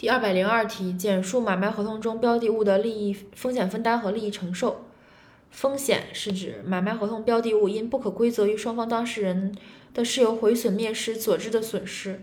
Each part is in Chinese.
第202题，简述买卖合同中标的物的利益风险分担和利益承受。风险是指买卖合同标的物因不可归责于双方当事人的是由毁损灭失所致的损失。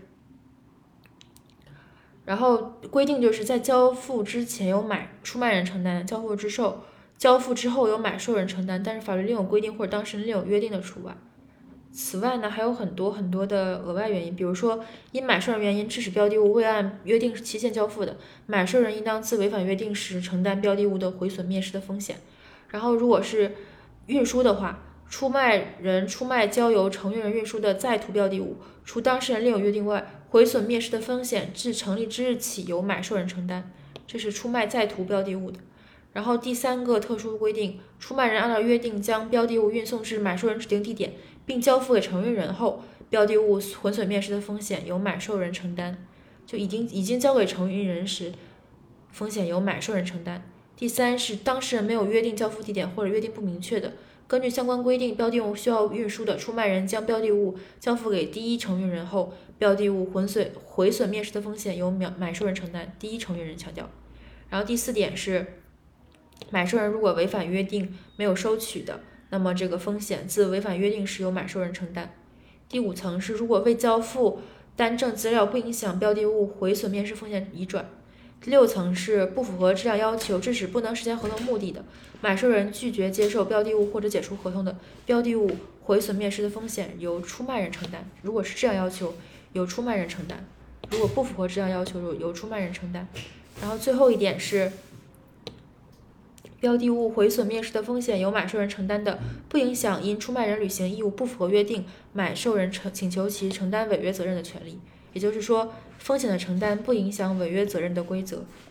然后规定就是在交付之前由出卖人承担，交付之后由买受人承担，但是法律另有规定或者当事人另有约定的除外。此外呢，还有很多的额外原因，比如说因买受人原因致使标的物未按约定期限交付的，买受人应当自违反约定时承担标的物的毁损灭失的风险。然后如果是运输的话，出卖人出卖交由承运人运输的在途标的物，除当事人另有约定外，毁损灭失的风险自成立之日起由买受人承担，这是出卖在途标的物的。然后第3个特殊规定，出卖人按照约定将标的物运送至买受人指定地点，并交付给承运人后，标的物毁损灭失的风险由买受人承担，就已经交给承运人时，风险由买受人承担。第3是当事人没有约定交付地点或者约定不明确的，根据相关规定，标的物需要运输的，出卖人将标的物交付给第一承运人后，标的物毁损灭失的风险由买受人承担，第一承运人强调。然后第4点是，买受人如果违反约定没有收取的，那么这个风险自违反约定时由买受人承担。第5层是，如果未交付单证资料不影响标的物毁损灭失风险移转。第6层是不符合质量要求致使不能实现合同目的的，买受人拒绝接受标的物或者解除合同的，标的物毁损灭失的风险由出卖人承担。如果是质量要求，由出卖人承担；如果不符合质量要求，由出卖人承担。然后最后一点是，标的物毁损灭失的风险由买受人承担的，不影响因出卖人履行义务不符合约定，买受人请求其承担违约责任的权利。也就是说，风险的承担不影响违约责任的规则。